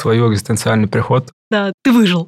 словил экзистенциальный приход. Да, ты выжил.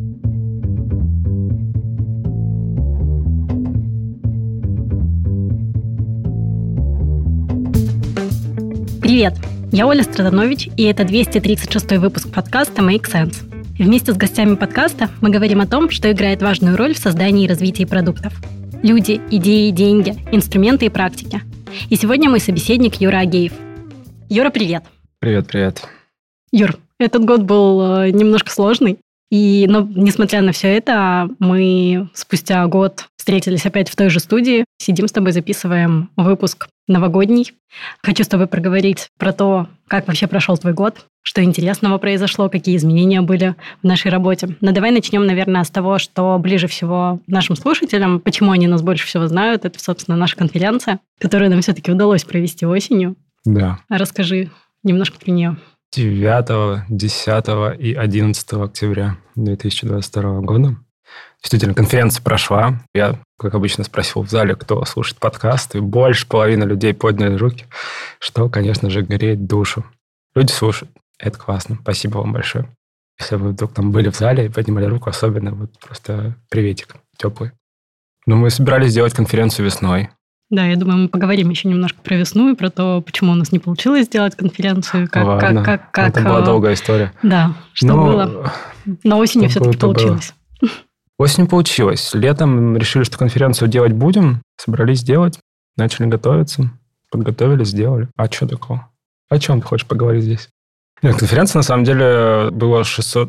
Привет, я Оля Страданович, и это 236-й выпуск подкаста Make Sense. Вместе с гостями подкаста мы говорим о том, что играет важную роль в создании и развитии продуктов. Люди, идеи, деньги, инструменты и практики. И сегодня мой собеседник Юра Агеев. Юра, привет. Привет. Юр, этот год был немножко сложный, но несмотря на все это, мы спустя год встретились опять в той же студии, сидим с тобой, записываем выпуск новогодний. Хочу с тобой проговорить про то, как вообще прошел твой год, что интересного произошло, какие изменения были в нашей работе. Но давай начнем, наверное, с того, что ближе всего нашим слушателям, почему они нас больше всего знают. Это, собственно, наша конференция, которую нам все-таки удалось провести осенью. Да. Расскажи немножко про нее. 9, 10 и 11 октября 2022 года. Действительно, конференция прошла. Я, как обычно, спросил в зале, кто слушает подкаст, и больше половины людей подняли руки, что, конечно же, греет душу. Люди слушают. Это классно. Спасибо вам большое. Если вы вдруг там были в зале и поднимали руку, особенно вот просто приветик теплый. Но мы собирались сделать конференцию весной. Да, я думаю, мы поговорим еще немножко про весну и про то, почему у нас не получилось сделать конференцию. Это была долгая история. Да, что было. Но осенью все-таки получилось. Осенью получилось. Летом решили, что конференцию делать будем. Собрались делать, начали готовиться, подготовились, сделали. А что такого? О чем ты хочешь поговорить здесь? Конференция, на самом деле, было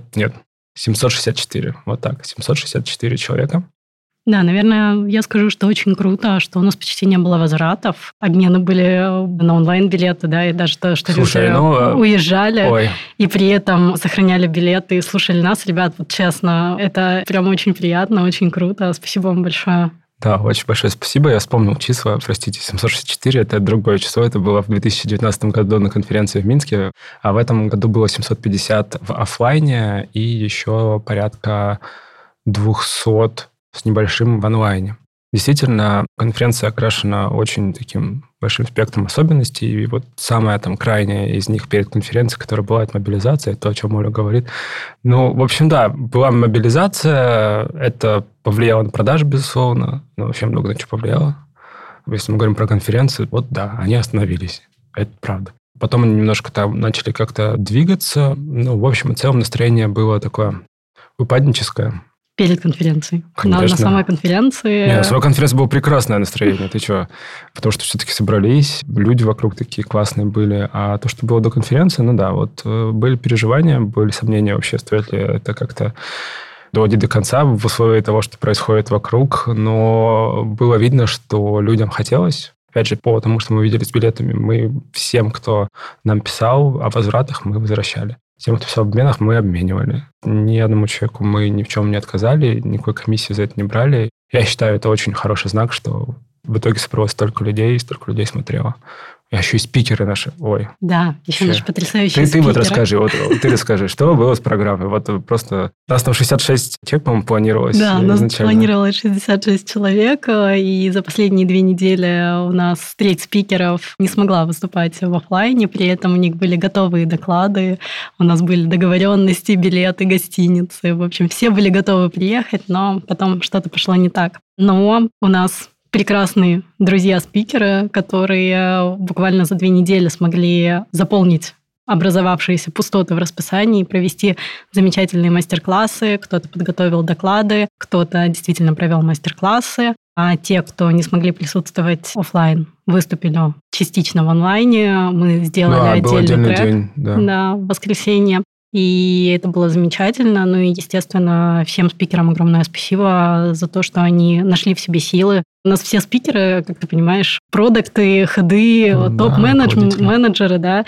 764. Вот так, 764 человека. Да, наверное, я скажу, что очень круто, что у нас почти не было возвратов. Обмены были на онлайн-билеты, да, и даже то, что люди уезжали и при этом сохраняли билеты и слушали нас. Ребят, вот честно, это прям очень приятно, очень круто. Спасибо вам большое. Да, очень большое спасибо. Я вспомнил числа, простите, 764, это другое число. Это было в 2019 году на конференции в Минске, а в этом году было 750 в офлайне и еще порядка 200 с небольшим в онлайне. Действительно, конференция окрашена очень таким большим спектром особенностей, и вот самая там крайняя из них перед конференцией, которая была, это мобилизация, то, о чем Оля говорит. В общем, да, была мобилизация, это повлияло на продажи, безусловно, но вообще много на что повлияло. Если мы говорим про конференцию, вот да, они остановились, это правда. Потом они немножко там начали как-то двигаться, в общем и целом настроение было такое упадническое. Перед конференцией. Конечно. На самой конференции... На самой конференции было прекрасное настроение. Ты что? Потому что все-таки собрались, люди вокруг такие классные были. А то, что было до конференции, были переживания, были сомнения вообще, стоит ли это как-то доводить до конца в условии того, что происходит вокруг. Но было видно, что людям хотелось. Опять же, потому что мы видели с билетами, мы всем, кто нам писал о возвратах, мы возвращали. Тем, кто писал об обменах, мы обменивали. Ни одному человеку мы ни в чем не отказали, никакой комиссии за это не брали. Я считаю, это очень хороший знак, что в итоге собралось столько людей смотрело. А еще и спикеры наши. Ой. Да, еще наши потрясающие спикеры. Ты ты расскажи, что было с программой? Вот просто... Нас там 66 человек, по-моему, планировалось. Да, у нас планировалось 66 человек, и за последние 2 недели у нас треть спикеров не смогла выступать в офлайне, при этом у них были готовые доклады, у нас были договоренности, билеты, гостиницы. В общем, все были готовы приехать, но потом что-то пошло не так. Но у нас прекрасные друзья-спикеры, которые буквально за 2 недели смогли заполнить образовавшиеся пустоты в расписании, провести замечательные мастер-классы. Кто-то подготовил доклады, кто-то действительно провел мастер-классы, а те, кто не смогли присутствовать офлайн, выступили частично в онлайне. Мы сделали отдельный трек в воскресенье. И это было замечательно. И, естественно, всем спикерам огромное спасибо за то, что они нашли в себе силы. У нас все спикеры, как ты понимаешь, продакты, хеды, топ-менеджеры, да.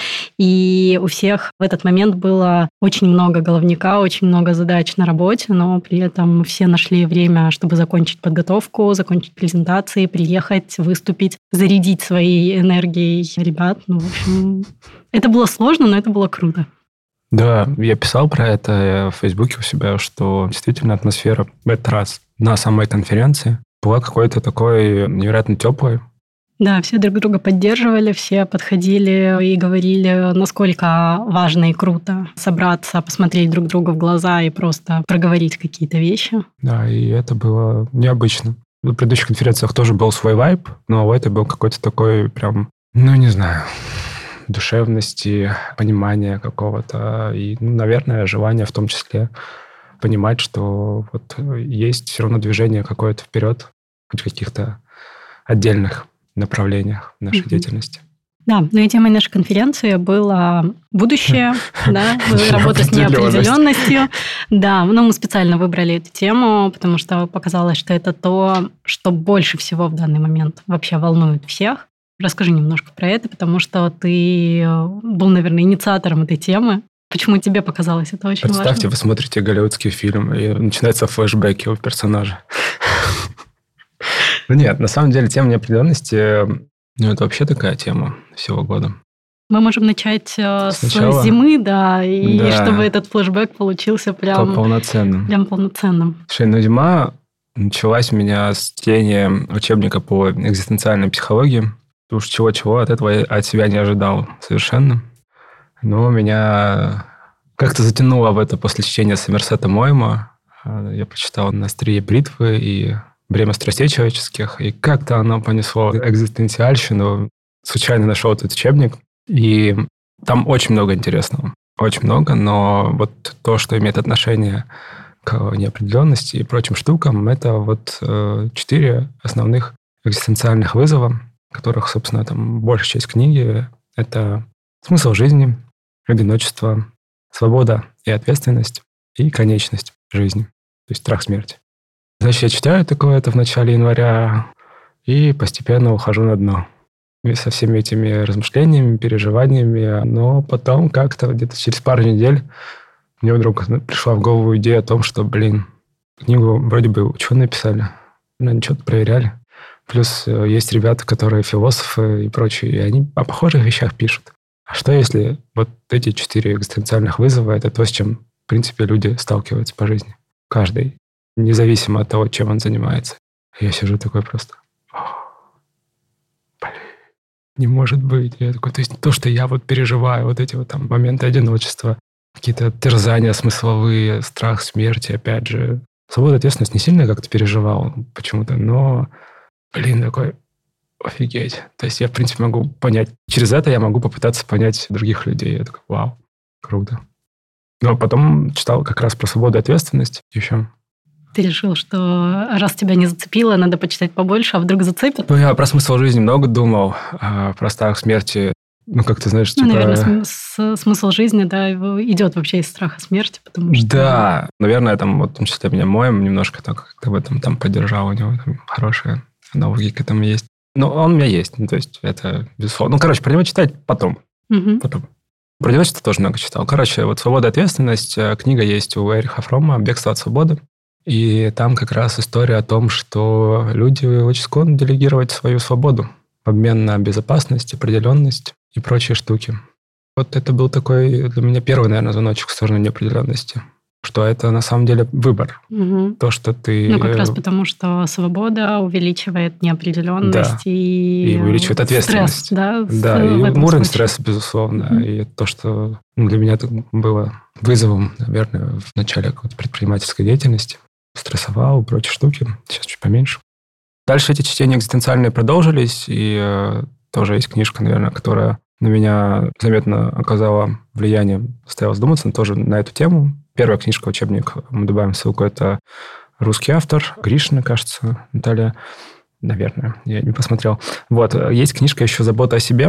И у всех в этот момент было очень много головняка, очень много задач на работе, но при этом все нашли время, чтобы закончить подготовку, закончить презентации, приехать, выступить, зарядить своей энергией ребят. В общем, это было сложно, но это было круто. Да, я писал про это в Фейсбуке у себя, что действительно атмосфера в этот раз на самой конференции была какой-то такой невероятно теплой. Да, все друг друга поддерживали, все подходили и говорили, насколько важно и круто собраться, посмотреть друг другу в глаза и просто проговорить какие-то вещи. Да, и это было необычно. На предыдущих конференциях тоже был свой вайб, но в этой был какой-то такой прям, не знаю, душевности, понимания какого-то и, наверное, желания в том числе понимать, что вот есть все равно движение какое-то вперед, хоть в каких-то отдельных направлениях нашей деятельности. Да, ну и темой нашей конференции было будущее, да, работа с неопределенностью. Да, но мы специально выбрали эту тему, потому что показалось, что это то, что больше всего в данный момент вообще волнует всех. Расскажи немножко про это, потому что ты был, наверное, инициатором этой темы. Почему тебе показалось это очень важно? Представьте, вы смотрите голливудский фильм, и начинаются флешбеки у персонажа. Нет, на самом деле тема неопределенности, это вообще такая тема всего года. Мы можем начать с зимы, да, и чтобы этот флешбэк получился прям полноценным. Слушай, зима началась у меня с чтения учебника по экзистенциальной психологии. Уж чего-чего от этого я от себя не ожидал совершенно. Но меня как-то затянуло в это после чтения Сомерсета Моэма. Я прочитал «На острие бритвы» и «Бремя страстей человеческих», и как-то оно понесло экзистенциальщину. Случайно нашел этот учебник, и там очень много интересного. Очень много, но вот то, что имеет отношение к неопределенности и прочим штукам, это вот 4 основных экзистенциальных вызова, которых, собственно, там большая часть книги. Это смысл жизни, одиночество, свобода и ответственность, и конечность жизни, то есть страх смерти. Значит, я читаю такое это в начале января и постепенно ухожу на дно. И со всеми этими размышлениями, переживаниями. Но потом как-то где-то через пару недель мне вдруг пришла в голову идея о том, что, книгу вроде бы ученые писали, они что-то проверяли. Плюс есть ребята, которые философы и прочие, и они о похожих вещах пишут. А что если вот эти 4 экзистенциальных вызова – это то, с чем, в принципе, люди сталкиваются по жизни? Каждый. Независимо от того, чем он занимается. Я сижу такой просто... Не может быть. Я такой, то есть то, что я вот переживаю, вот эти вот там моменты одиночества, какие-то терзания смысловые, страх смерти, опять же. Свобода, ответственность не сильно как-то переживал почему-то, но, такой, офигеть. То есть я, в принципе, могу понять. Через это я могу попытаться понять других людей. Я такой, вау, круто. Но потом читал как раз про свободу и ответственность еще. Ты решил, что раз тебя не зацепило, надо почитать побольше, а вдруг зацепит? Я про смысл жизни много думал, про страх смерти. Как ты знаешь, наверное, смысл жизни, да, идет вообще из страха смерти, потому что... Да, наверное, там, вот, в том числе меня Моем немножко так как-то в этом там поддержал, у него там хорошие аналогии к этому есть. Но он у меня есть, то есть это безусловно. Про него читать потом. Потом. Про одиночество тоже много читал. Вот «Свобода и ответственность», книга есть у Эриха Фромма «Бегство от свободы». И там как раз история о том, что люди очень склонны делегировать свою свободу в обмен на безопасность, определенность и прочие штуки. Вот это был такой для меня первый, наверное, звоночек в сторону неопределенности. Что это на самом деле выбор. То, что ты... как раз потому, что свобода увеличивает неопределенность и увеличивает ответственность. Стресс, да, и уровень стресса, безусловно. И то, что для меня это было вызовом, наверное, в начале какой-то предпринимательской деятельности. Стрессовал, прочие штуки. Сейчас чуть поменьше. Дальше эти чтения экзистенциальные продолжились, и тоже есть книжка, наверное, которая на меня заметно оказала влияние, заставила задуматься тоже на эту тему. Первая книжка, учебник, мы добавим ссылку, это русский автор, Гришина, кажется, Наталья. Наверное, я не посмотрел. Есть книжка еще «Забота о себе».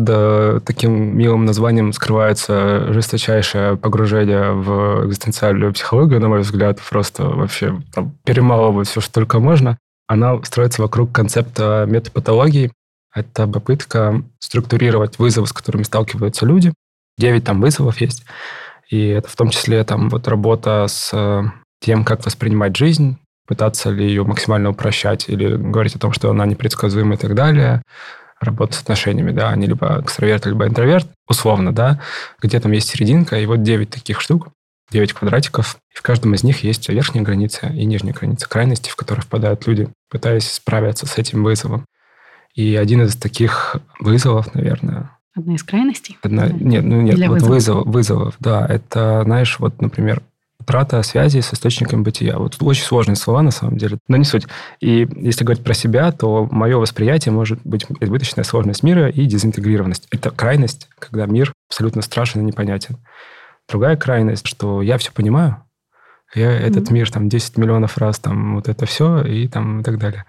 Под таким милым названием скрывается жесточайшее погружение в экзистенциальную психологию, на мой взгляд, просто вообще там перемалывать все, что только можно. Она строится вокруг концепта метапатологии. Это попытка структурировать вызовы, с которыми сталкиваются люди. 9 там вызовов есть. И это в том числе там работа с тем, как воспринимать жизнь, пытаться ли ее максимально упрощать или говорить о том, что она непредсказуема и так далее. Работа с отношениями, да, они либо экстраверт, либо интроверт, условно, да, где там есть серединка, и 9 таких штук, 9 квадратиков, и в каждом из них есть верхняя граница и нижняя граница крайности, в которые впадают люди, пытаясь справиться с этим вызовом. И один из таких вызовов, наверное... Одна из крайностей? Нет, вот вызовов, да. Это, знаешь, вот, например, утрата связи с источником бытия. Вот очень сложные слова, на самом деле, но не суть. И если говорить про себя, то мое восприятие может быть избыточная сложность мира и дезинтегрированность. Это крайность, когда мир абсолютно страшен и непонятен. Другая крайность, что я все понимаю, я этот мир там 10 миллионов раз, там вот это все и там и так далее.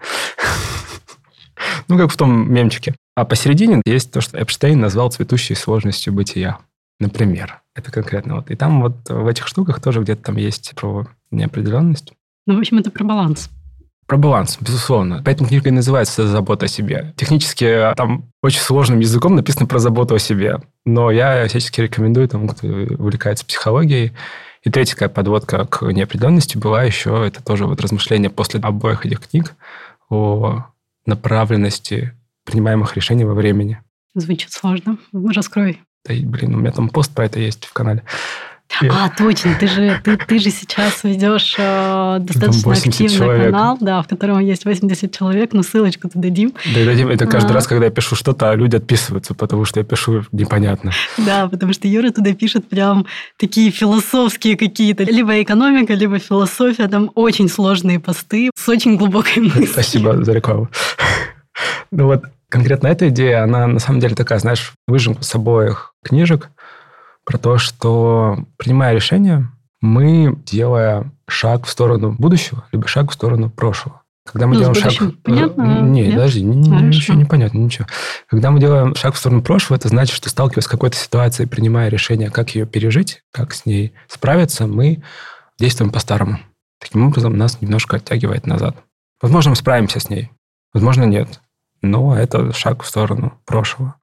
Ну, как в том мемчике. А посередине есть то, что Эпштейн назвал цветущей сложностью бытия. Например. Это конкретно вот. И там вот в этих штуках тоже где-то там есть про неопределенность. Ну, в общем, это про баланс. Про баланс, безусловно. Поэтому книга и называется «Забота о себе». Технически там очень сложным языком написано про заботу о себе. Но я всячески рекомендую тому, кто увлекается психологией. И третья такая подводка к неопределенности была еще, это тоже вот размышления после обоих этих книг о направленности принимаемых решений во времени. Звучит сложно. Раскрой. Да, блин, у меня там пост про это есть в канале. Точно, ты же сейчас ведешь достаточно активный человек. Канал, да, в котором есть 80 человек, но ссылочку-то дадим. Да, дадим. Это каждый раз, когда я пишу что-то, люди отписываются, потому что я пишу непонятно. Да, потому что Юра туда пишет прям такие философские какие-то, либо экономика, либо философия, там очень сложные посты с очень глубокой мыслью. Спасибо за рекламу. Ну вот, конкретно эта идея, она на самом деле такая, знаешь, выжимка с обоих книжек, про то, что, принимая решение, мы, делая шаг в сторону будущего, либо шаг в сторону прошлого. Когда мы делаем шаг... Понятно? Нет, подожди, ничего не понятно, ничего. Когда мы делаем шаг в сторону прошлого, это значит, что, сталкиваясь с какой-то ситуацией, принимая решение, как ее пережить, как с ней справиться, мы действуем по-старому. Таким образом, нас немножко оттягивает назад. Возможно, мы справимся с ней, возможно, нет. Но это шаг в сторону прошлого.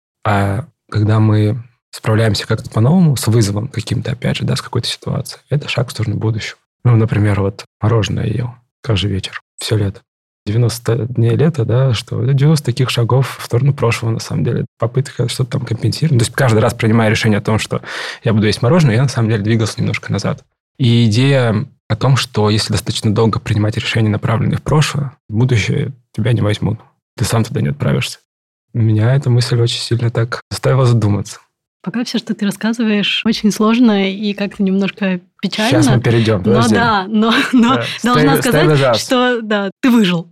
А когда мы справляемся как-то по-новому, с вызовом каким-то, опять же, да, с какой-то ситуацией, это шаг в сторону будущего. Ну, например, вот мороженое ел каждый вечер, все лето. 90 дней лета, да, что это 90 таких шагов в сторону прошлого, на самом деле. Попытка что-то там компенсировать. То есть каждый раз, принимая решение о том, что я буду есть мороженое, я на самом деле двигался немножко назад. И идея о том, что если достаточно долго принимать решения, направленные в прошлое, в будущее тебя не возьмут. Ты сам туда не отправишься. Меня эта мысль очень сильно так заставила задуматься. Пока все, что ты рассказываешь, очень сложно и как-то немножко печально. Сейчас мы перейдем. Но должна сказать, что да, ты выжил.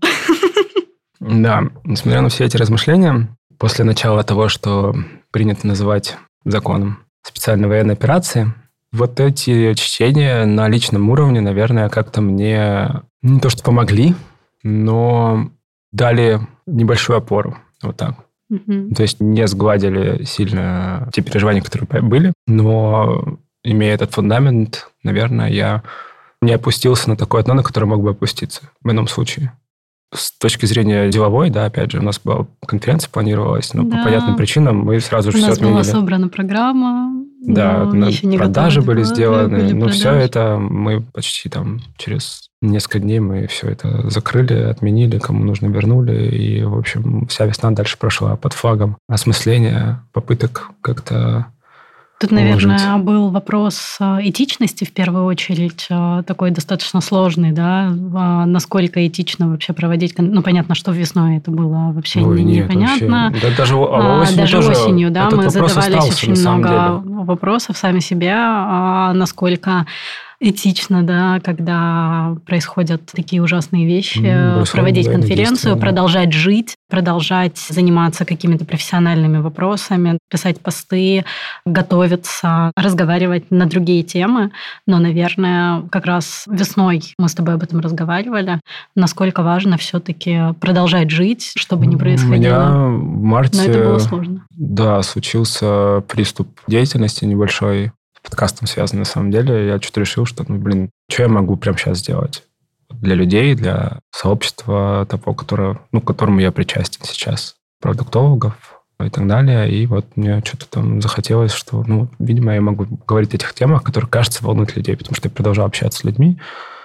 Да, несмотря на все эти размышления, после начала того, что принято называть законом специальной военной операции, вот эти чтения на личном уровне, наверное, как-то мне не то что помогли, но дали небольшую опору. Вот так. То есть не сгладили сильно те переживания, которые были, но, имея этот фундамент, наверное, я не опустился на такое дно, на которое мог бы опуститься в ином случае. С точки зрения деловой, да, опять же, у нас была конференция планировалась, но по понятным причинам мы сразу же все отменили. У нас была собрана программа. Да, продажи были сделаны. Но все это мы почти там через несколько дней мы все это закрыли, отменили, кому нужно вернули. И, в общем, вся весна дальше прошла под флагом осмысления, попыток как-то Тут, наверное, был вопрос этичности в первую очередь, такой достаточно сложный, да, насколько этично вообще проводить... Ну, понятно, что весной это было вообще непонятно. Вообще. Да, даже осенью, да, мы задавались очень много вопросов сами себе, насколько этично, да, когда происходят такие ужасные вещи, проводить конференцию, продолжать жить, продолжать заниматься какими-то профессиональными вопросами, писать посты, готовиться, разговаривать на другие темы. Но, наверное, как раз весной мы с тобой об этом разговаривали, насколько важно все-таки продолжать жить, чтобы не происходило. У меня в марте... Но это было сложно. Да, случился приступ деятельности небольшой, с подкастом связан на самом деле. Я что-то решил, что, что я могу прямо сейчас сделать для людей, для сообщества того, к которому я причастен сейчас, продуктологов и так далее. И вот мне что-то там захотелось, что, видимо, я могу говорить о этих темах, которые, кажется, волнуют людей, потому что я продолжал общаться с людьми,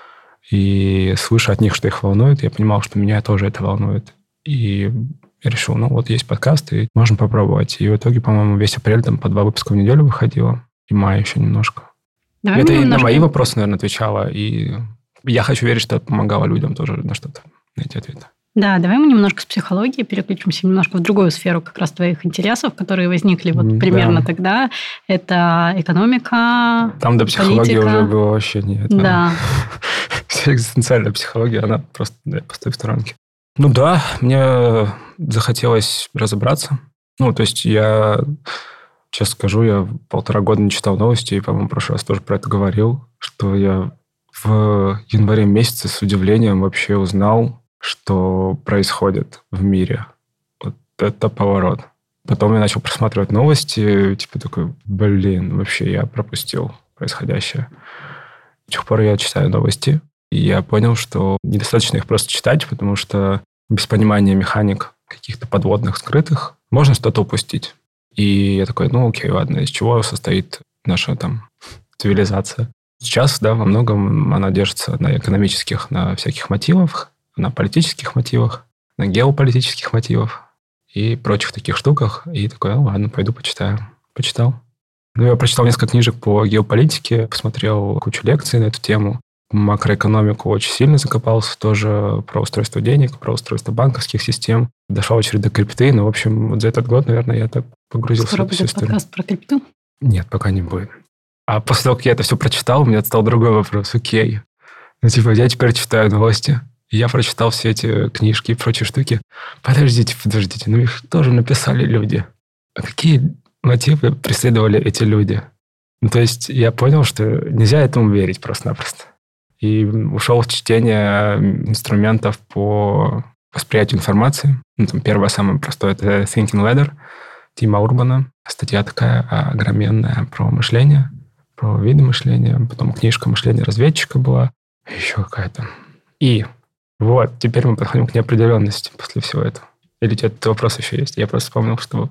и слыша от них, что их волнует, я понимал, что меня тоже это волнует. И я решил, есть подкаст, и можно попробовать. И в итоге, по-моему, весь апрель там по 2 выпуска в неделю выходило. И мая еще немножко. Это и на мои вопросы, наверное, отвечало. И я хочу верить, что это помогало людям тоже на что-то найти ответ. Да, давай мы немножко с психологии переключимся немножко в другую сферу как раз твоих интересов, которые возникли вот примерно тогда. Это экономика, там до психологии политика. уже было вообще нет. Да. Вся экзистенциальная психология, она просто постоит в сторонке. Ну да, мне захотелось разобраться. Ну, то есть я, честно скажу, я 1,5 года не читал новости, и, по-моему, в прошлый раз тоже про это говорил, что я в январе месяце с удивлением вообще узнал, что происходит в мире. Вот это поворот. Потом я начал просматривать новости, типа такой, вообще я пропустил происходящее. С тех пор я читаю новости, и я понял, что недостаточно их просто читать, потому что без понимания механик каких-то подводных, скрытых, можно что-то упустить. И я такой, окей, ладно, из чего состоит наша там цивилизация? Сейчас, да, во многом она держится на экономических, на всяких мотивах, на политических мотивах, на геополитических мотивах и прочих таких штуках. И такой, ладно, пойду почитаю. Почитал. Я прочитал несколько книжек по геополитике, посмотрел кучу лекций на эту тему. Макроэкономику очень сильно закопался, тоже про устройство денег, про устройство банковских систем. Дошла очередь до крипты, но, в общем, вот за этот год, наверное, я так погрузился Скоро в эту будет историю. подкаст про крипту? Нет, пока не будет. А после того, как я это все прочитал, у меня стал другой вопрос. Окей. Я теперь читаю новости. И я прочитал все эти книжки и прочие штуки. Подождите, их тоже написали люди. А какие мотивы преследовали эти люди? То есть я понял, что нельзя этому верить просто-напросто. И ушел в чтение инструментов по восприятию информации. Первое, самое простое, это Thinking Ladder Тима Урбана. Статья такая огроменная про мышление, про виды мышления. Потом книжка «Мышление разведчика» была. Еще какая-то. И вот, теперь мы подходим к неопределенности после всего этого. Или у тебя этот вопрос еще есть? Я просто вспомнил, что...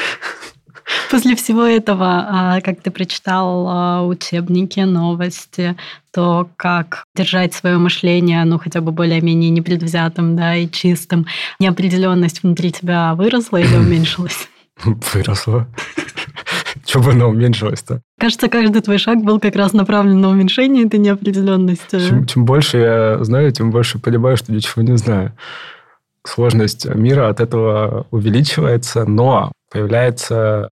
После всего этого, как ты прочитал учебники, новости, то как держать свое мышление, хотя бы более-менее непредвзятым, да, и чистым, неопределенность внутри тебя выросла или уменьшилась? Выросла. Чего бы она уменьшилась-то? Кажется, каждый твой шаг был как раз направлен на уменьшение этой неопределенности. Чем больше я знаю, тем больше понимаю, что ничего не знаю. Сложность мира от этого увеличивается, но появляется...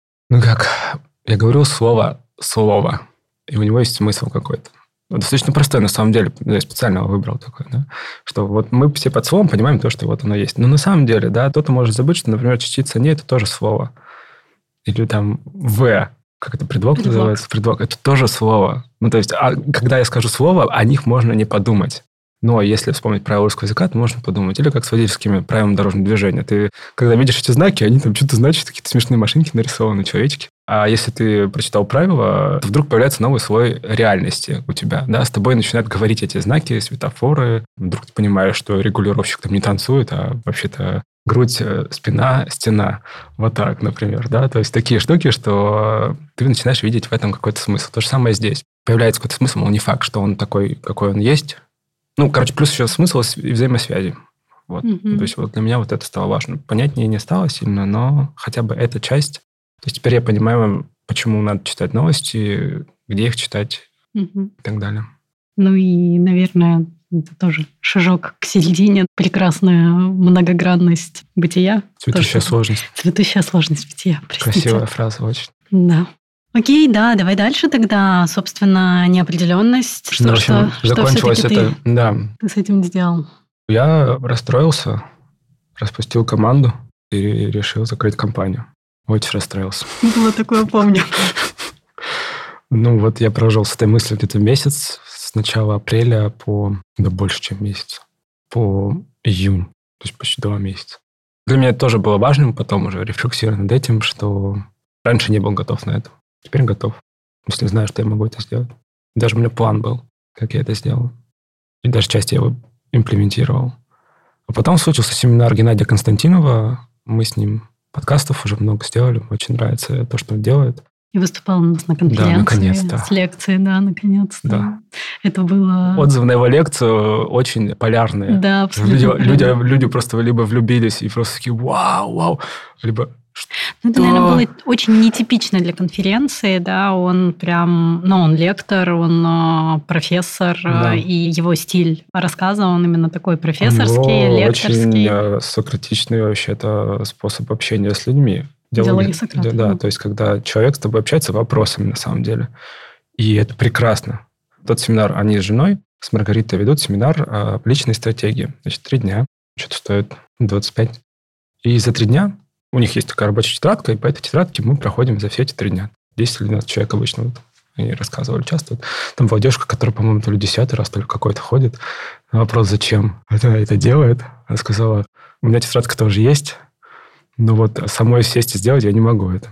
я говорю слово, и у него есть смысл какой-то. Достаточно простой, на самом деле. Я специально его выбрал такой, да? Что вот мы все под словом понимаем то, что вот оно есть. Но на самом деле, да, кто-то может забыть, что, например, частица «не» – это тоже слово. Или там «в», как это, предлог называется? Предлог. Это тоже слово. То есть, когда я скажу слово, о них можно не подумать. Но если вспомнить правила русского языка, то можно подумать. Или как с водительскими правилами дорожного движения. Ты, когда видишь эти знаки, они там что-то значат, какие-то смешные машинки нарисованы, человечки. А если ты прочитал правила, то вдруг появляется новый слой реальности у тебя. Да? С тобой начинают говорить эти знаки, светофоры. Вдруг ты понимаешь, что регулировщик там не танцует, а вообще-то грудь, спина, стена. Вот так, например. Да? То есть такие штуки, что ты начинаешь видеть в этом какой-то смысл. То же самое здесь. Появляется какой-то смысл, но не факт, что он такой, какой он есть. Плюс еще смысл и взаимосвязи. Вот. То есть вот для меня вот это стало важно. Понятнее не стало сильно, но хотя бы эта часть. То есть теперь я понимаю, почему надо читать новости, где их читать и так далее. И, наверное, это тоже шажок к середине. Прекрасная многогранность бытия. Цветущая сложность. Цветущая сложность бытия, простите. Красивая фраза очень. Да. Окей, да, давай дальше тогда. Собственно, неопределенность. Что закончилось это, да. Ты с этим сделал? Я расстроился, распустил команду и решил закрыть компанию. Очень расстроился. Было такое, помню. Я прожил с этой мыслью где-то месяц, с начала апреля больше, чем месяц, по июнь, то есть почти 2 месяца. Для меня это тоже было важным, потом уже рефлексирую над этим, что раньше не был готов на это. Теперь готов, если знаю, что я могу это сделать. Даже у меня план был, как я это сделал. И даже часть я его имплементировал. А потом случился семинар Геннадия Константинова. Мы с ним подкастов уже много сделали. Очень нравится то, что он делает. И выступал у нас на конференции. Да, наконец-то. С лекцией, да, наконец-то. Да. Это было... Отзывы на его лекцию очень полярные. Да, абсолютно. Люди просто либо влюбились и просто такие «Вау!», либо Это, наверное, было очень нетипично для конференции, да, он прям, он лектор, он профессор, да. И его стиль рассказа, он именно такой профессорский, лекторский. Очень сократичный вообще это способ общения с людьми. Диалоги Сократа. Да, то есть, когда человек с тобой общается вопросами, на самом деле. И это прекрасно. Тот семинар, они с женой, с Маргаритой ведут семинар личной стратегии. Значит, 3 дня. Что-то стоит 25. И за 3 дня у них есть такая рабочая тетрадка, и по этой тетрадке мы проходим за все эти 3 дня. 10 или 12 человек обычно, вот, они рассказывали, участвуют. Там была девушка, которая, по-моему, то ли 10-й раз, то ли какой-то ходит. На вопрос, зачем она это делает, она сказала, у меня тетрадка тоже есть, но вот самой сесть и сделать я не могу это.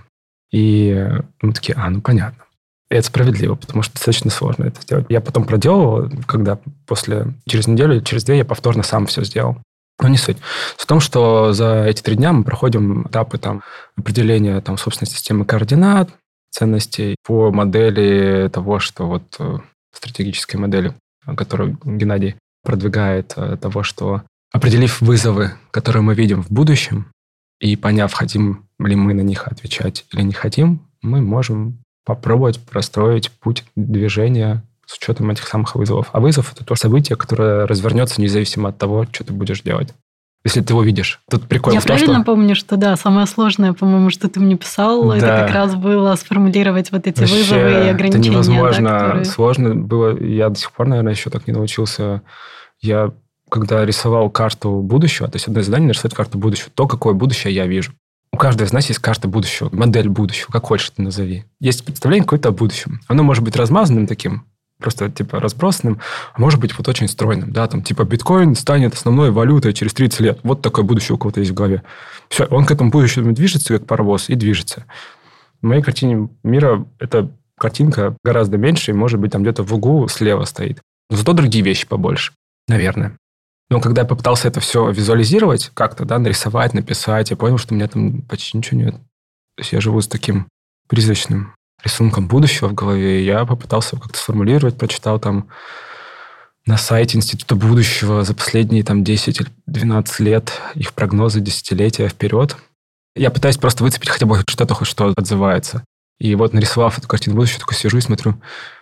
И мы такие, понятно. И это справедливо, потому что достаточно сложно это сделать. Я потом проделывал, когда через неделю или через 2 я повторно сам все сделал. Но не суть. Суть в том, что за эти 3 дня мы проходим этапы определения собственной системы координат, ценностей по модели того, что стратегической модели, которую Геннадий продвигает, того, что определив вызовы, которые мы видим в будущем, и поняв, хотим ли мы на них отвечать или не хотим, мы можем попробовать простроить путь движения с учетом этих самых вызовов. А вызов – это то событие, которое развернется независимо от того, что ты будешь делать. Если ты его видишь. Тут прикольно. Я правильно помню, что самое сложное, по-моему, что ты мне писал, это как раз было сформулировать вот эти вызовы и ограничения. Это невозможно. Сложно было. Я до сих пор, наверное, еще так не научился. Я, когда рисовал карту будущего, то есть одно из заданий нарисовать карту будущего, то, какое будущее я вижу. У каждого из нас есть карта будущего, модель будущего, как хочешь ты назови. Есть представление какое-то о будущем. Оно может быть размазанным таким, просто разбросанным, а может быть очень стройным. Да? Биткоин станет основной валютой через 30 лет. Вот такое будущее у кого-то есть в голове. Все, он к этому будущему движется, как паровоз, и движется. В моей картине мира эта картинка гораздо меньше, и, может быть, где-то в углу слева стоит. Но зато другие вещи побольше, наверное. Но когда я попытался это все визуализировать, как-то, нарисовать, написать, я понял, что у меня там почти ничего нет. То есть я живу с таким призрачным рисунком будущего в голове, и я попытался как-то сформулировать, прочитал на сайте Института будущего за последние 10 или 12 лет их прогнозы десятилетия вперед. Я пытаюсь просто выцепить хотя бы что-то, хоть что отзывается. И нарисовав эту картину будущего, такой сижу и смотрю,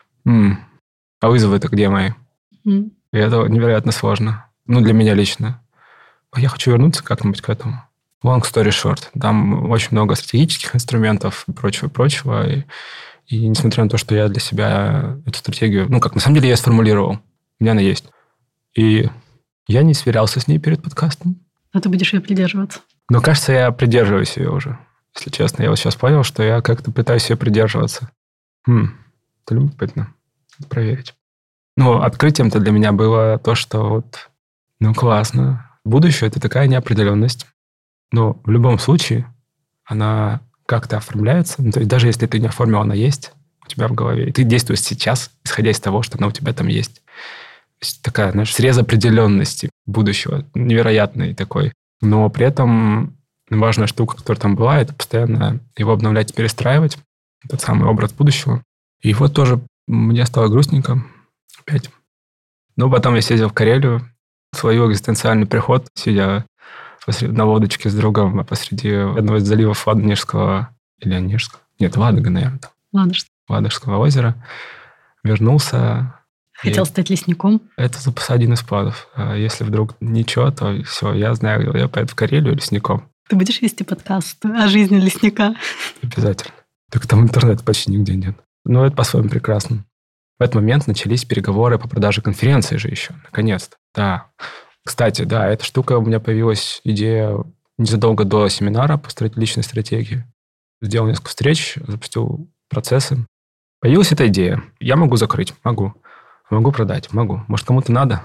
а вызовы-то где мои? И это невероятно сложно. Для меня лично. Я хочу вернуться как-нибудь к этому. Long story short. Там очень много стратегических инструментов и прочего. И несмотря на то, что я для себя эту стратегию... на самом деле я сформулировал. У меня она есть. И я не сверялся с ней перед подкастом. Но ты будешь ее придерживаться. Но, кажется, я придерживаюсь ее уже. Если честно, я сейчас понял, что я как-то пытаюсь ее придерживаться. Это любопытно. Проверить. Открытием-то для меня было то, что классно. Будущее – это такая неопределенность. Но в любом случае она как-то оформляется. То есть даже если ты не оформил, она есть у тебя в голове. И ты действуешь сейчас, исходя из того, что она у тебя там есть. То есть такая, срез определенности будущего. Невероятный такой. Но при этом важная штука, которая там была, это постоянно его обновлять и перестраивать. Тот самый образ будущего. И тоже мне стало грустненько опять. Но потом я съездил в Карелию, свой экзистенциальный приход, сидя на лодочке с другом посреди одного из заливов Ладожского... Или Онежского? Нет, Ладога, наверное. Ладожского озера. Вернулся. Хотел стать лесником? Это один из планов. Если вдруг ничего, то все, я знаю, я поеду в Карелию лесником. Ты будешь вести подкаст о жизни лесника? Обязательно. Только там интернета почти нигде нет. Но это по-своему прекрасно. В этот момент начались переговоры по продаже конференции же еще. Наконец-то. Да. Кстати, эта штука, у меня появилась идея незадолго до семинара по личной стратегии. Сделал несколько встреч, запустил процессы. Появилась эта идея. Я могу закрыть? Могу. Могу продать? Могу. Может, кому-то надо?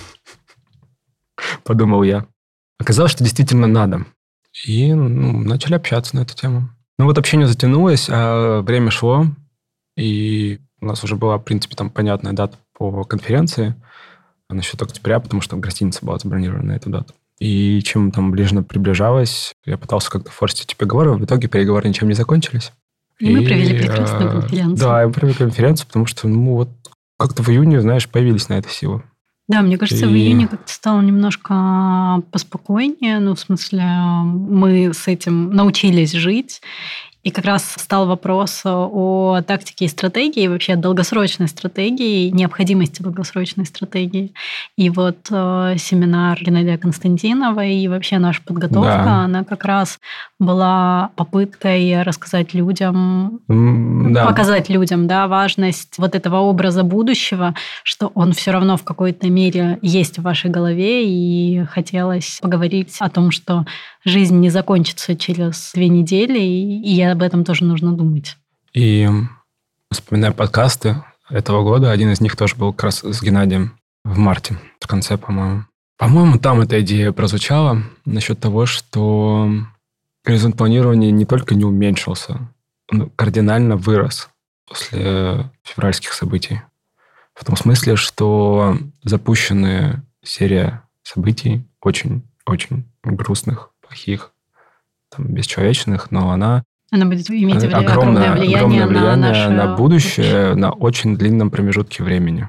Подумал я. Оказалось, что действительно надо. И начали общаться на эту тему. Общение затянулось, а время шло, и у нас уже была, в принципе, понятная дата по конференции насчет октября, потому что гостиница была забронирована на эту дату. И чем ближе приближалось, я пытался как-то форсить эти переговоры. В итоге переговоры ничем не закончились. И мы провели прекрасную конференцию. Да, мы провели конференцию, потому что как-то в июне, появились на это силы. Да, мне кажется, в июне как-то стало немножко поспокойнее. Ну, в смысле, мы с этим научились жить. И как раз стал вопрос о тактике и стратегии, вообще долгосрочной стратегии, необходимости долгосрочной стратегии. И вот семинар Геннадия Константинова и вообще наша подготовка, она как раз была попыткой рассказать людям, показать людям, да, важность вот этого образа будущего, что он все равно в какой-то мере есть в вашей голове, и хотелось поговорить о том, что жизнь не закончится через 2 недели, и об этом тоже нужно думать. И вспоминая подкасты этого года, один из них тоже был как раз с Геннадием в марте, в конце, по-моему. По-моему, там эта идея прозвучала насчет того, что горизонт планирования не только не уменьшился, он кардинально вырос после февральских событий. В том смысле, что запущенная серия событий очень грустных, плохих, там, бесчеловечных, но она будет иметь огромное влияние на будущее на очень длинном промежутке времени.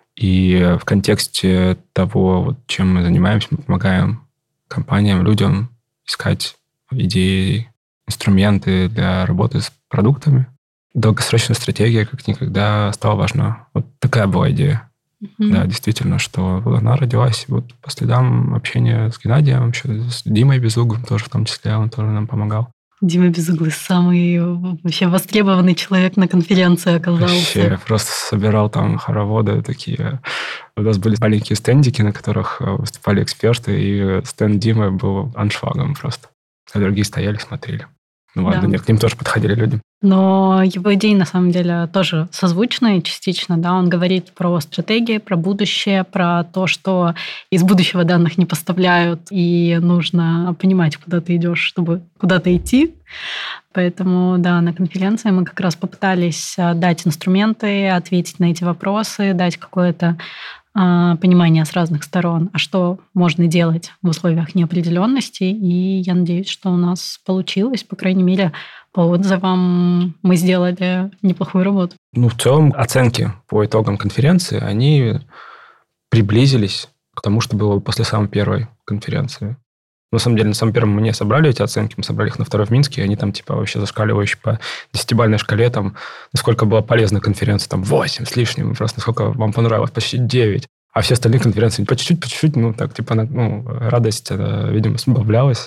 И в контексте того, вот, чем мы занимаемся, мы помогаем компаниям, людям искать идеи, инструменты для работы с продуктами. Долгосрочная стратегия как никогда стала важна. Вот такая была идея. Да, действительно, что она родилась вот по следам общения с Геннадием, еще с Димой Безуглым тоже в том числе, он тоже нам помогал. Дима Безуглый самый вообще востребованный человек на конференции оказался. Вообще, просто собирал там хороводы такие. У нас были маленькие стендики, на которых выступали эксперты, и стенд Димы был аншлагом просто. А другие стояли, смотрели. Ну ладно, нет, к ним тоже подходили люди. Но его идеи, на самом деле, тоже созвучные частично. Да? Он говорит про стратегии, про будущее, про то, что из будущего данных не поставляют, и нужно понимать, куда ты идешь, чтобы куда-то идти. Поэтому, да, на конференции мы как раз попытались дать инструменты, ответить на эти вопросы, дать какое-то понимание с разных сторон, а что можно делать в условиях неопределенности. И я надеюсь, что у нас получилось, по крайней мере, по отзывам мы сделали неплохую работу. Ну, в целом, оценки по итогам конференции, они приблизились к тому, что было после самой первой конференции. На самом деле, на самом первом мы не собрали эти оценки, мы собрали их на второй в Минске, и они там типа вообще зашкаливающие по 10-бальной шкале, там, насколько была полезна конференция, там 8 с лишним, просто насколько вам понравилось, почти 9. А все остальные конференции по чуть-чуть, ну, так, типа, радость, видимо, сбавлялась.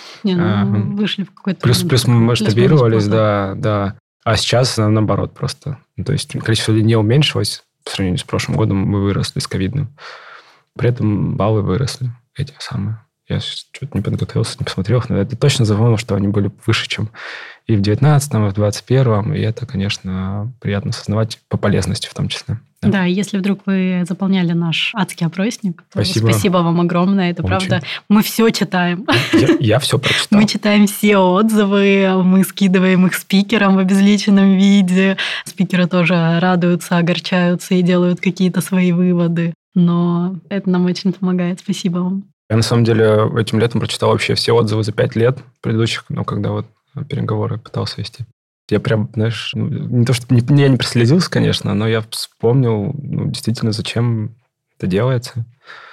Вышли в какой-то... Плюс мы масштабировались, да. А сейчас, наоборот, просто. То есть количество людей не уменьшилось по сравнению с прошлым годом, мы выросли с ковидным. При этом баллы выросли, эти самые. Я что-то не подготовился, не посмотрел, но это точно запомнил, что они были выше, чем и в 19-м, и в 21-м, и это, конечно, приятно осознавать по полезности в том числе. Да, если вдруг вы заполняли наш адский опросник, то спасибо вам огромное, это очень. Правда. Мы все читаем. Я все прочитал. Мы читаем все отзывы, мы скидываем их спикерам в обезличенном виде. Спикеры тоже радуются, огорчаются и делают какие-то свои выводы. Но это нам очень помогает. Спасибо вам. Я, на самом деле, этим летом прочитал вообще все отзывы за 5 лет предыдущих, когда вот переговоры пытался вести. Я прям, знаешь, не то, что я не прослезился, конечно, но я вспомнил, действительно, зачем это делается,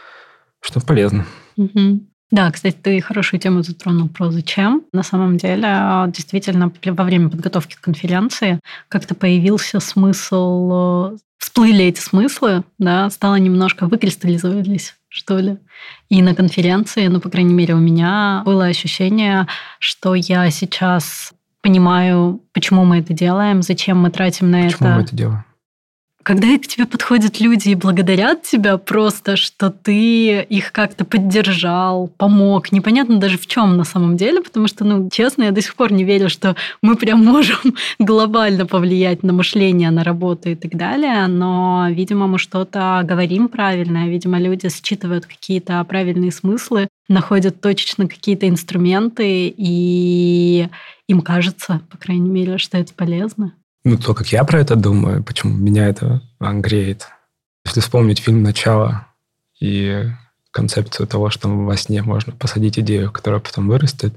что полезно. Угу. Да, кстати, ты хорошую тему затронул про зачем. На самом деле, действительно, во время подготовки к конференции как-то появился смысл, всплыли эти смыслы, да, стало немножко выкристаллизовались, что ли. И на конференции, по крайней мере, у меня было ощущение, что я сейчас понимаю, почему мы это делаем, зачем мы тратим на это. Почему мы это делаем? Когда к тебе подходят люди и благодарят тебя просто, что ты их как-то поддержал, помог, непонятно даже в чем на самом деле, потому что, честно, я до сих пор не верю, что мы прям можем глобально повлиять на мышление, на работу и так далее, но, видимо, мы что-то говорим правильное, видимо, люди считывают какие-то правильные смыслы, находят точечно какие-то инструменты, и им кажется, по крайней мере, что это полезно. То, как я про это думаю, почему меня это греет. Если вспомнить фильм «Начало» и концепцию того, что во сне можно посадить идею, которая потом вырастет,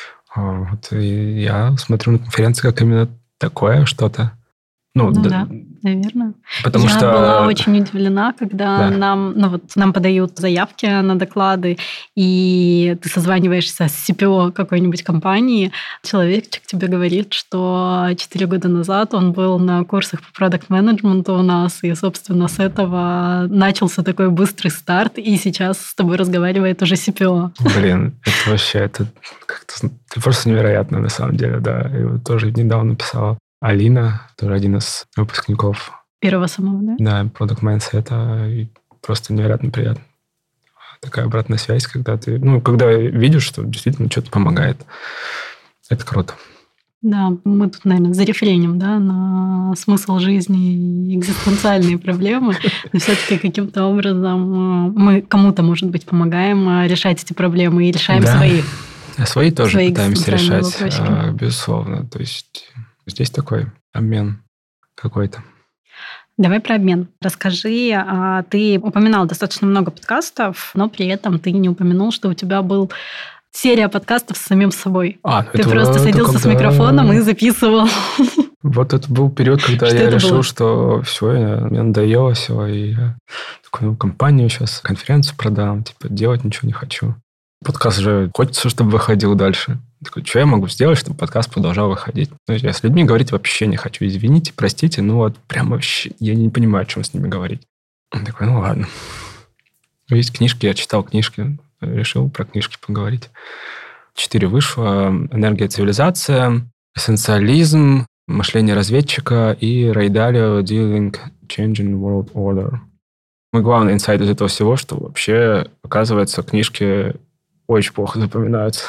и я смотрю на конференции как именно такое что-то. Да. Наверное. Потому Я что... была очень удивлена, когда Да. нам подают заявки на доклады, и ты созваниваешься с CPO какой-нибудь компании, человечек тебе говорит, что 4 года назад он был на курсах по продакт-менеджменту у нас, и, собственно, с этого начался такой быстрый старт, и сейчас с тобой разговаривает уже CPO. Блин, это вообще, это как-то это просто невероятно, на самом деле, да. И вот тоже недавно писала Алина, тоже один из выпускников. Первого самого, да? Да, Product Mindset, и просто невероятно приятно. Такая обратная связь, когда ты, когда видишь, что действительно что-то помогает. Это круто. Да, мы тут, наверное, зарефреним, да, на смысл жизни и экзистенциальные проблемы, но все-таки каким-то образом мы кому-то, может быть, помогаем решать эти проблемы и решаем свои. Свои тоже пытаемся решать, вопросики. безусловно. То есть здесь такой обмен какой-то. Давай про обмен. Расскажи, ты упоминал достаточно много подкастов, но при этом ты не упомянул, что у тебя был серия подкастов с самим собой. Ты просто садился с микрофоном и записывал. Вот это был период, когда я решил, что все, мне надоело все, и я такой, компанию сейчас, конференцию продам, делать ничего не хочу. Подкаст же хочется, чтобы выходил дальше. Такой, что я могу сделать, чтобы подкаст продолжал выходить? Я с людьми говорить вообще не хочу. Извините, простите, прям вообще я не понимаю, о чем с ними говорить. Он такой, ладно. Есть книжки, я читал книжки, решил про книжки поговорить. 4 вышло. «Энергия, цивилизация», «Эссенциализм», «Мышление разведчика» и Рэй Далио «Dealing Changing World Order». Мой главный инсайт из этого всего, что вообще, оказывается, книжки очень плохо запоминаются.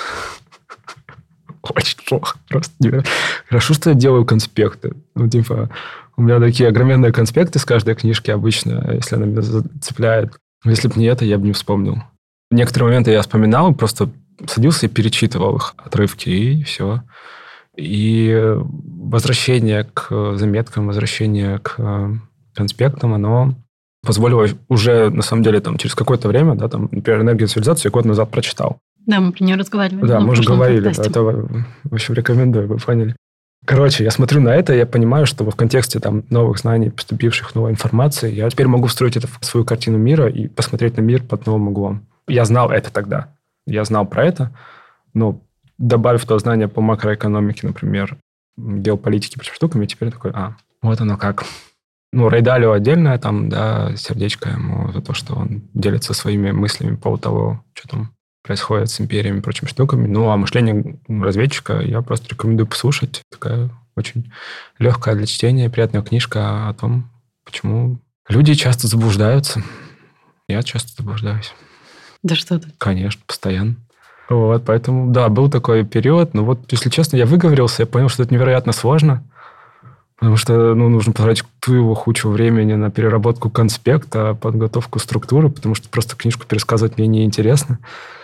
Очень плохо. Просто невероятно. Хорошо, что я делаю конспекты. У меня такие огроменные конспекты с каждой книжки обычно, если она меня зацепляет. Если бы не это, я бы не вспомнил. Некоторые моменты я вспоминал, просто садился и перечитывал их отрывки, и все. И возвращение к заметкам, возвращение к конспектам, оно позволило уже, на самом деле, через какое-то время, например, «Энергию цивилизации» я год назад прочитал. Да, мы про нее разговаривали. Да, мы уже говорили. Это, в общем, рекомендую, вы поняли. Короче, я смотрю на это, я понимаю, что в контексте новых знаний, поступивших новой информации, я теперь могу встроить это в свою картину мира и посмотреть на мир под новым углом. Я знал это тогда. Я знал про это, но добавив то знание по макроэкономике, например, геополитике, прочим штукам, я теперь такой, вот оно как. Рэй Далио отдельное, сердечко ему за то, что он делится своими мыслями по поводу того, что там происходит с империями и прочими штуками. А «Мышление разведчика» я просто рекомендую послушать. Такая очень легкая для чтения, приятная книжка о том, почему люди часто заблуждаются. Я часто заблуждаюсь. Да что ты? Конечно, постоянно. Поэтому, да, был такой период. Но если честно, я выговорился, я понял, что это невероятно сложно. Потому что нужно потратить кучу времени на переработку конспекта, подготовку структуры, потому что просто книжку пересказывать мне неинтересно.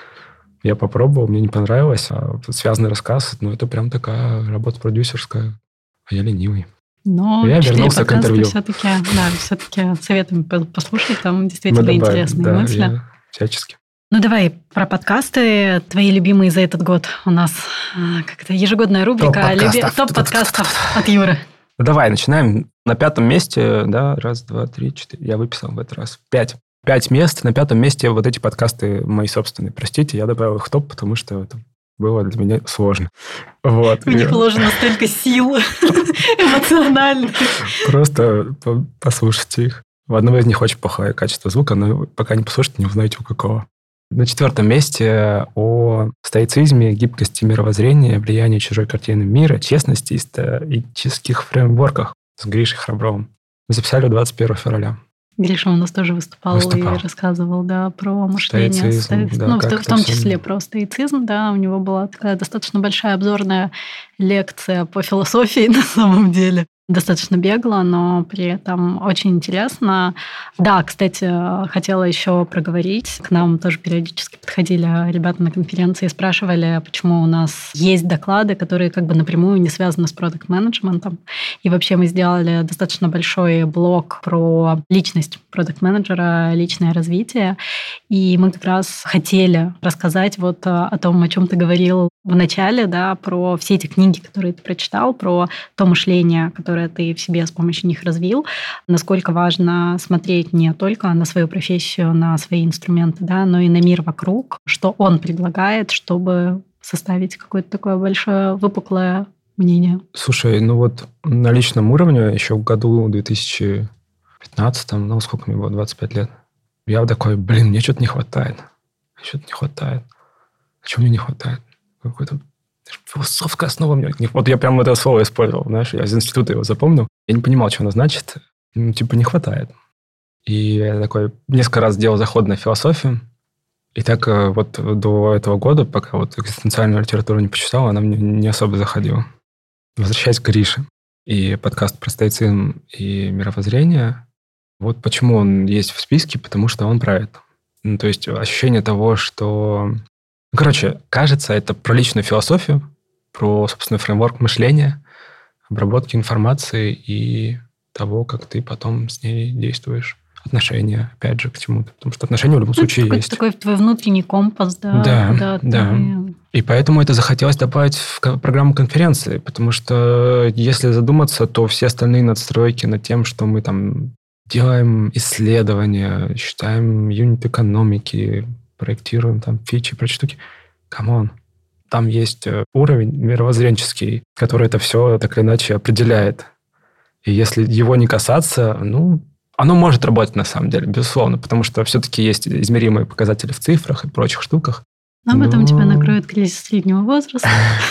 Я попробовал, мне не понравилось. А связанный рассказ, это прям такая работа продюсерская. А я ленивый. Но я вернулся к интервью. Все-таки советуем послушать, там действительно интересные мысли. Я всячески. Давай про подкасты, твои любимые за этот год. У нас как-то ежегодная рубрика топ-подкастов от Юры. Давай, начинаем. На 5-м месте, да, 1, 2, 3, 4. Я выписал в этот раз 5. 5 мест. На 5-м месте вот эти подкасты мои собственные. Простите, я добавил их в топ, потому что это было для меня сложно. В них вложено столько сил эмоциональных. Просто послушайте их. В одного из них очень плохое качество звука, но пока не послушаете, не узнаете, у какого. На 4-м месте о стоицизме, гибкости мировоззрения, влиянии чужой картины мира, честности и стоических фреймворках с Гришей Храбровым. Мы записали 21 февраля. Гриша у нас тоже выступал. И рассказывал, про мышление. В том числе про стоицизм. Да, у него была такая достаточно большая обзорная лекция по философии на самом деле. Достаточно бегло, но при этом очень интересно. Да, кстати, хотела еще проговорить. К нам тоже периодически подходили ребята на конференции и спрашивали, почему у нас есть доклады, которые напрямую не связаны с продакт-менеджментом. И вообще мы сделали достаточно большой блок про личность продакт-менеджера, личное развитие. И мы как раз хотели рассказать о том, о чем ты говорил в начале, да, про все эти книги, которые ты прочитал, про то мышление, которое которые ты в себе с помощью них развил, насколько важно смотреть не только на свою профессию, на свои инструменты, да, но и на мир вокруг, что он предлагает, чтобы составить какое-то такое большое выпуклое мнение. Слушай, ну вот на личном уровне еще в году 2015, ну сколько мне было, 25 лет, я такой, мне что-то не хватает. Что-то не хватает. А чего мне не хватает? Какой-то философская основа мне не... Вот я прям это слово использовал, знаешь, я из института его запомнил. Я не понимал, что оно значит. Ну, типа, не хватает. И я такой несколько раз делал заход на философию. И так вот до этого года, пока вот экзистенциальную литературу не почитал, она мне не особо заходила. Возвращаясь к Грише и подкаст про стоицизм и мировоззрение, вот почему он есть в списке, потому что он про это. Ну, то есть ощущение того, что... Ну, короче, кажется, это про личную философию, про, собственно, фреймворк мышления, обработки информации и того, как ты потом с ней действуешь. Отношения, опять же, к чему-то. Потому что отношения в любом случае есть. Такой твой внутренний компас, да. Да. И поэтому это захотелось добавить в программу конференции, потому что, если задуматься, то все остальные надстройки над тем, что мы там делаем исследования, считаем юнит экономики, проектируем там фичи, прочие штуки. Камон. Там есть уровень мировоззренческий, который это все так или иначе определяет. И если его не касаться, оно может работать на самом деле, безусловно, потому что все-таки есть измеримые показатели в цифрах и прочих штуках. А потом тебя накроет кризис среднего возраста.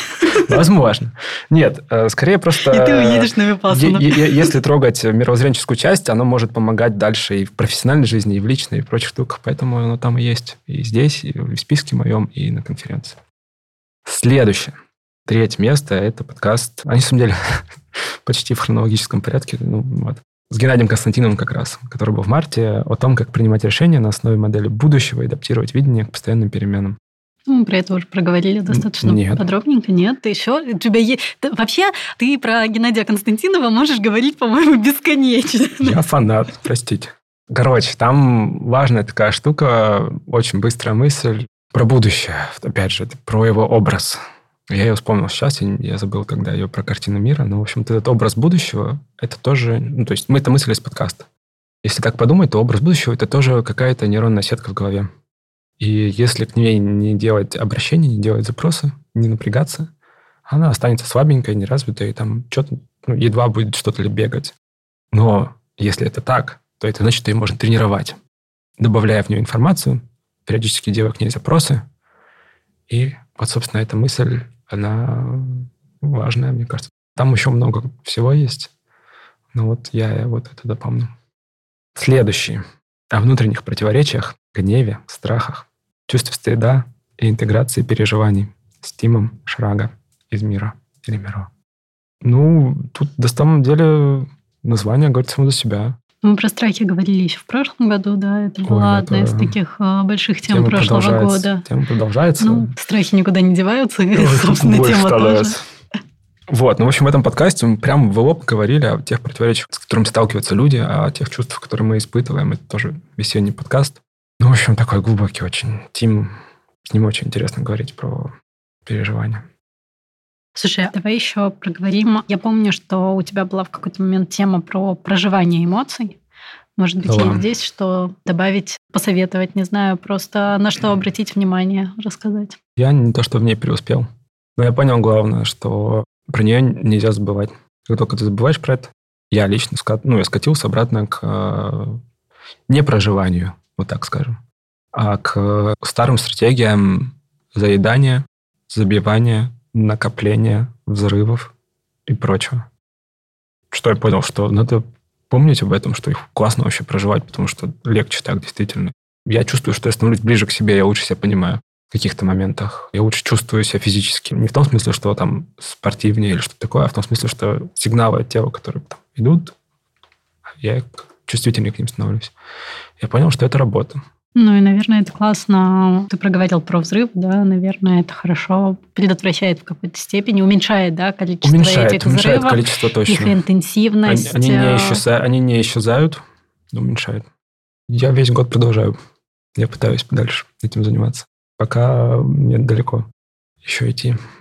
Возможно. Нет, скорее просто... И ты уедешь на випассану. Если трогать мировоззренческую часть, оно может помогать дальше и в профессиональной жизни, и в личной, и в прочих штуках. Поэтому оно там и есть. И здесь, и в списке моем, и на конференции. Следующее. 3 место – это подкаст. Они, на самом деле, почти в хронологическом порядке. С Геннадием Константиновым как раз, который был в марте, о том, как принимать решения на основе модели будущего и адаптировать видение к постоянным переменам. Мы про это уже проговорили достаточно подробненько. Нет, ты еще... У тебя есть... Вообще, ты про Геннадия Константинова можешь говорить, по-моему, бесконечно. Я фанат, простите. Короче, там важная такая штука, очень быстрая мысль про будущее. Опять же, про его образ. Я ее вспомнил сейчас, я забыл, когда ее про картину мира. Но, в общем-то, этот образ будущего, это тоже... то есть мы это мыслили из подкаста. Если так подумать, то образ будущего – это тоже какая-то нейронная сетка в голове. И если к ней не делать обращения, не делать запросы, не напрягаться, она останется слабенькой, неразвитой, и там что-то, едва будет что-то ли бегать. Но если это так, то это значит, что ее можно тренировать, добавляя в нее информацию, периодически делая к ней запросы. И вот, собственно, эта мысль, она важная, мне кажется. Там еще много всего есть. Но вот я вот это допомню. Следующий. О внутренних противоречиях, гневе, страхах, чувстве стыда и интеграции переживаний с Тимом Шрага из «Мира» или «Миро». Тут на самом деле название говорит само за себя. Мы про страхи говорили еще в прошлом году, да, это была одна из таких больших тем прошлого года. Тема продолжается. Страхи никуда не деваются, собственно, тема тоже. Вот, в общем, в этом подкасте мы прям в лоб говорили о тех противоречиях, с которыми сталкиваются люди, о тех чувствах, которые мы испытываем. Это тоже весенний подкаст. В общем, такой глубокий очень. Тим, с ним очень интересно говорить про переживания. Слушай, давай еще проговорим. Я помню, что у тебя была в какой-то момент тема про проживание эмоций. Может быть, есть здесь что добавить, посоветовать, не знаю, просто на что обратить внимание, рассказать. Я не то, что в ней преуспел. Но я понял главное, что про нее нельзя забывать. Как только ты забываешь про это, я лично я скатился обратно к непроживанию, вот так скажем, а к старым стратегиям заедания, забивания, накопления, взрывов и прочего. Что я понял, что надо помнить об этом, что их классно вообще проживать, потому что легче так действительно. Я чувствую, что я становлюсь ближе к себе, я лучше себя понимаю в каких-то моментах. Я лучше чувствую себя физически. Не в том смысле, что там спортивнее или что-то такое, а в том смысле, что сигналы от тела, которые там идут, я чувствительнее к ним становлюсь. Я понял, что это работа. И, наверное, это классно. Ты проговорил про взрыв, да, наверное, это хорошо предотвращает в какой-то степени, уменьшает, да, количество этих взрывов. Уменьшает количество, точно. Их интенсивность. Они не исчезают, но уменьшают. Я весь год продолжаю. Я пытаюсь дальше этим заниматься. Пока мне далеко еще идти.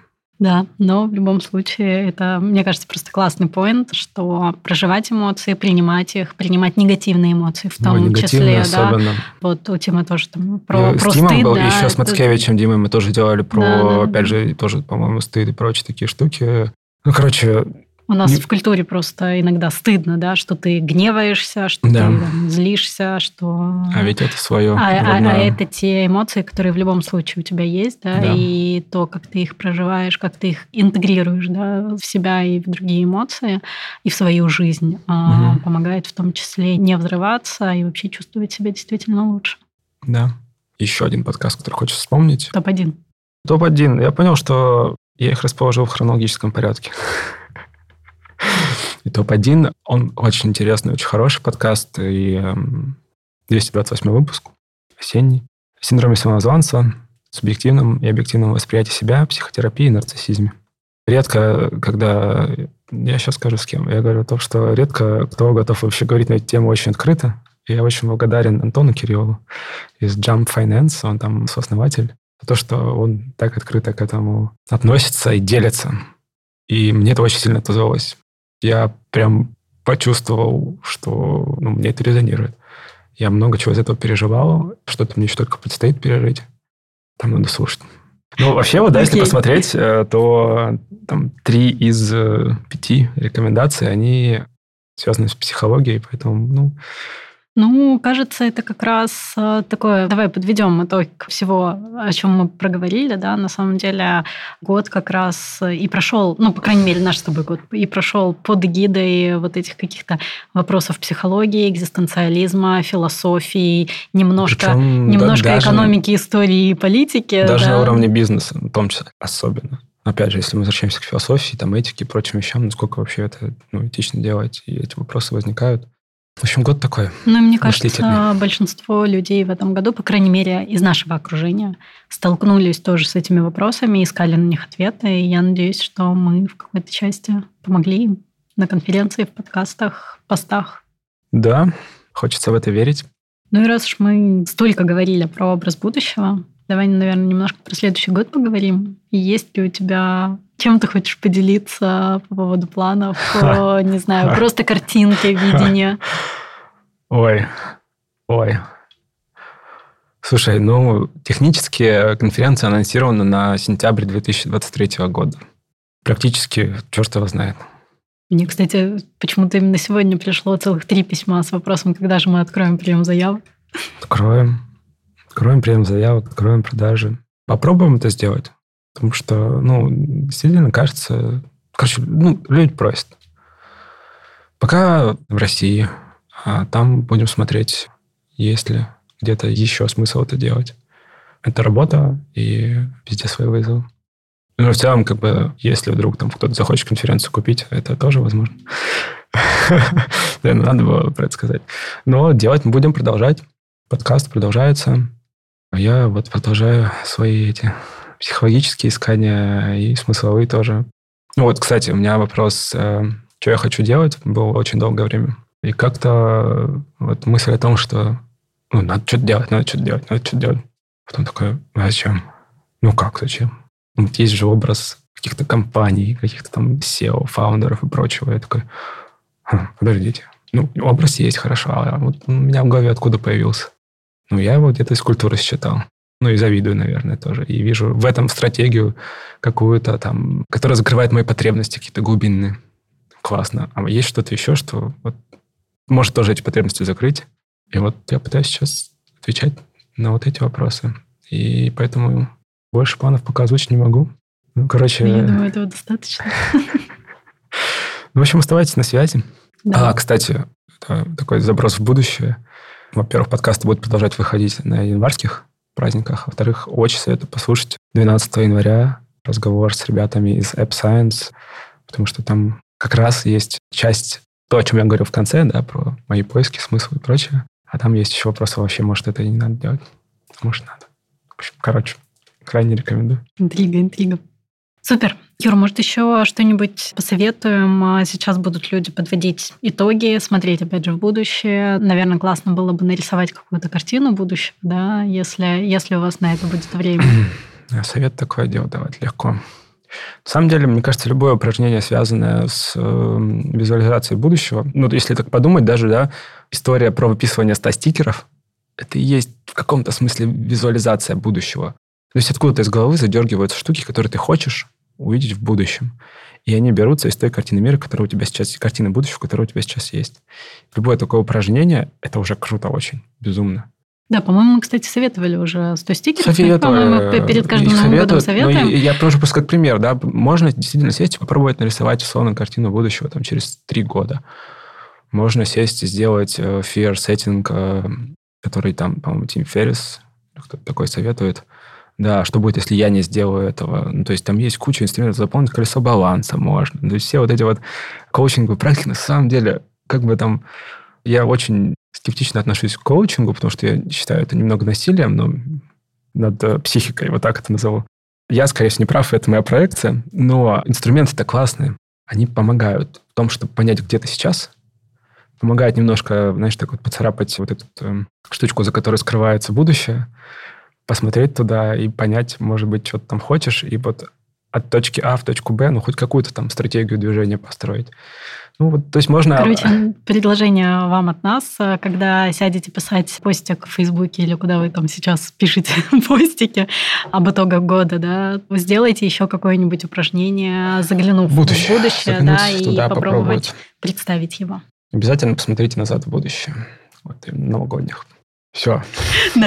Да, но в любом случае это, мне кажется, просто классный поинт, что проживать эмоции, принимать их, принимать негативные эмоции в том числе. Особенно. Да. Вот у Тимы тоже там про с Тимом стыд. был, Да, еще с Мацкевичем Димой мы тоже делали про, опять да. же, тоже, по-моему, стыд и прочие такие штуки. Ну, короче... У нас в культуре просто иногда стыдно, да, что ты гневаешься, что ты там, злишься, что... А ведь это свое. А это те эмоции, которые в любом случае у тебя есть, да, и то, как ты их проживаешь, как ты их интегрируешь, да, в себя и в другие эмоции, и в свою жизнь, помогает в том числе не взрываться и вообще чувствовать себя действительно лучше. Да. Еще один подкаст, который хочешь вспомнить. Топ-1. Топ-1. Я понял, что я их расположил в хронологическом порядке. И топ-1, он очень интересный, очень хороший подкаст. И 228 выпуск, осенний. О синдроме самозванца, субъективном и объективном восприятии себя, психотерапии и нарциссизме. Редко, когда... Я сейчас скажу с кем. Я говорю о том, что редко кто готов вообще говорить на эту тему очень открыто. И я очень благодарен Антону Кириллову из Jump Finance, он там сооснователь, за то, что он так открыто к этому относится и делится. И мне это очень сильно отозвалось. Я прям почувствовал, что мне это резонирует. Я много чего из этого переживал, что-то мне еще только предстоит пережить. Там надо слушать. Ну, вообще, вот, да, если посмотреть, то там 3 из 5 рекомендаций, они связаны с психологией, поэтому, Ну, кажется, это как раз такое... Давай подведем итог всего, о чем мы проговорили, да, на самом деле год как раз и прошел, ну, по крайней мере, наш с тобой год, и прошел под эгидой вот этих каких-то вопросов психологии, экзистенциализма, философии, немножко экономики, истории и политики. Даже на уровне бизнеса, в том числе, особенно. Опять же, если мы возвращаемся к философии, там, этике и прочим вещам, насколько вообще это этично делать, и эти вопросы возникают. В общем, год такой. Ну, мне кажется, большинство людей в этом году, по крайней мере, из нашего окружения, столкнулись тоже с этими вопросами, искали на них ответы. И я надеюсь, что мы в какой-то части помогли им на конференции, в подкастах, постах. Да, хочется в это верить. Ну и раз уж мы столько говорили про образ будущего, давай, наверное, немножко про следующий год поговорим. И есть ли у тебя... Чем ты хочешь поделиться по поводу планов? Не знаю, просто картинки, видения. Ой. Слушай, технически конференция анонсирована на сентябрь 2023 года. Практически черт его знает. Мне, кстати, почему-то именно сегодня пришло целых 3 письма с вопросом, когда же мы откроем прием заявок. Откроем прием заявок, откроем продажи. Попробуем это сделать. Потому что, действительно кажется... Короче, люди просят. Пока в России, а там будем смотреть, есть ли где-то еще смысл это делать. Это работа, и везде свои вызовы. Но в целом, если вдруг там кто-то захочет конференцию купить, это тоже возможно. Надо было про это сказать. Но делать мы будем продолжать. Подкаст продолжается. А я продолжаю свои эти... психологические искания и смысловые тоже. Кстати, у меня вопрос, что я хочу делать, был очень долгое время. И как-то мысль о том, что надо что-то делать. Потом такой, а зачем? Зачем? Есть же образ каких-то компаний, каких-то там SEO, фаундеров и прочего. Я такой, подождите. Образ есть, хорошо, а у меня в голове откуда появился? Я его где-то из культуры считал. И завидую, наверное, тоже. И вижу в этом стратегию какую-то там, которая закрывает мои потребности какие-то глубинные. Классно. А есть что-то еще, что может тоже эти потребности закрыть. И я пытаюсь сейчас отвечать на эти вопросы. И поэтому больше планов пока озвучить не могу. Я думаю, этого достаточно. В общем, оставайтесь на связи. Да. Кстати, это такой заброс в будущее. Во-первых, подкасты будут продолжать выходить на январских праздниках. Во-вторых, очень советую послушать 12 января разговор с ребятами из App Science, потому что там как раз есть часть, то, о чем я говорил в конце, да, про мои поиски, смысл и прочее. А там есть еще вопросы, вообще, может, это и не надо делать. Может, надо. В общем, крайне рекомендую. Интрига. Супер. Юр, может, еще что-нибудь посоветуем? Сейчас будут люди подводить итоги, смотреть, опять же, в будущее. Наверное, классно было бы нарисовать какую-то картину будущего, да, если у вас на это будет время. Совет такое дело давать легко. На самом деле, мне кажется, любое упражнение, связанное с визуализацией будущего, ну, если так подумать, даже, да, история про выписывание 100 стикеров, это и есть в каком-то смысле визуализация будущего. То есть откуда-то из головы задергиваются штуки, которые ты хочешь увидеть в будущем. И они берутся из той картины мира, которая у тебя сейчас, картины будущего, которая у тебя сейчас есть. Любое такое упражнение, это уже круто очень, безумно. Да, по-моему, мы, кстати, советовали уже 100 стикеров. По-моему, перед каждым Новым годом советуем. Я тоже просто как пример, да, можно действительно сесть и попробовать нарисовать условно картину будущего там, через 3 года. Можно сесть и сделать fear setting, который там, по-моему, Тим Феррис, кто-то такой советует. Да, что будет, если я не сделаю этого? Ну, то есть там есть куча инструментов, заполнить колесо баланса можно. То есть все вот эти вот коучинговые практики, на самом деле, как бы там... Я очень скептично отношусь к коучингу, потому что я считаю это немного насилием, но над психикой, вот так это назову. Я, скорее всего, не прав, это моя проекция, но инструменты-то классные. Они помогают в том, чтобы понять, где ты сейчас, помогают немножко, знаешь, так вот поцарапать вот эту штучку, за которой скрывается будущее, посмотреть туда и понять, может быть, что ты там хочешь, и вот от точки А в точку Б, ну, хоть какую-то там стратегию движения построить. Ну, вот, то есть можно... Короче, предложение вам от нас, когда сядете писать постик в Фейсбуке или куда вы там сейчас пишете постики об итогах года, да, сделайте еще какое-нибудь упражнение, заглянув в будущее, да, и попробовать представить его. Обязательно посмотрите назад в будущее. Вот, новогодних. Все. На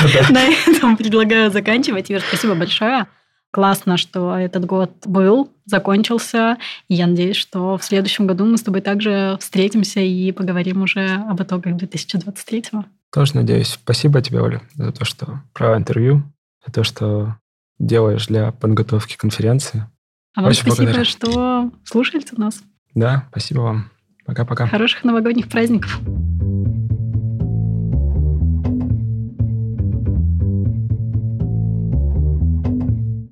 этом предлагаю заканчивать. Ир, спасибо большое. Классно, что этот год был, закончился. И я надеюсь, что в следующем году мы с тобой также встретимся и поговорим уже об итогах 2023-го. Тоже надеюсь. Спасибо тебе, Оля, за то, что провела интервью, за то, что делаешь для подготовки конференции. А вам очень спасибо, благодарю, что слушаете нас. Да, спасибо вам. Пока-пока. Хороших новогодних праздников.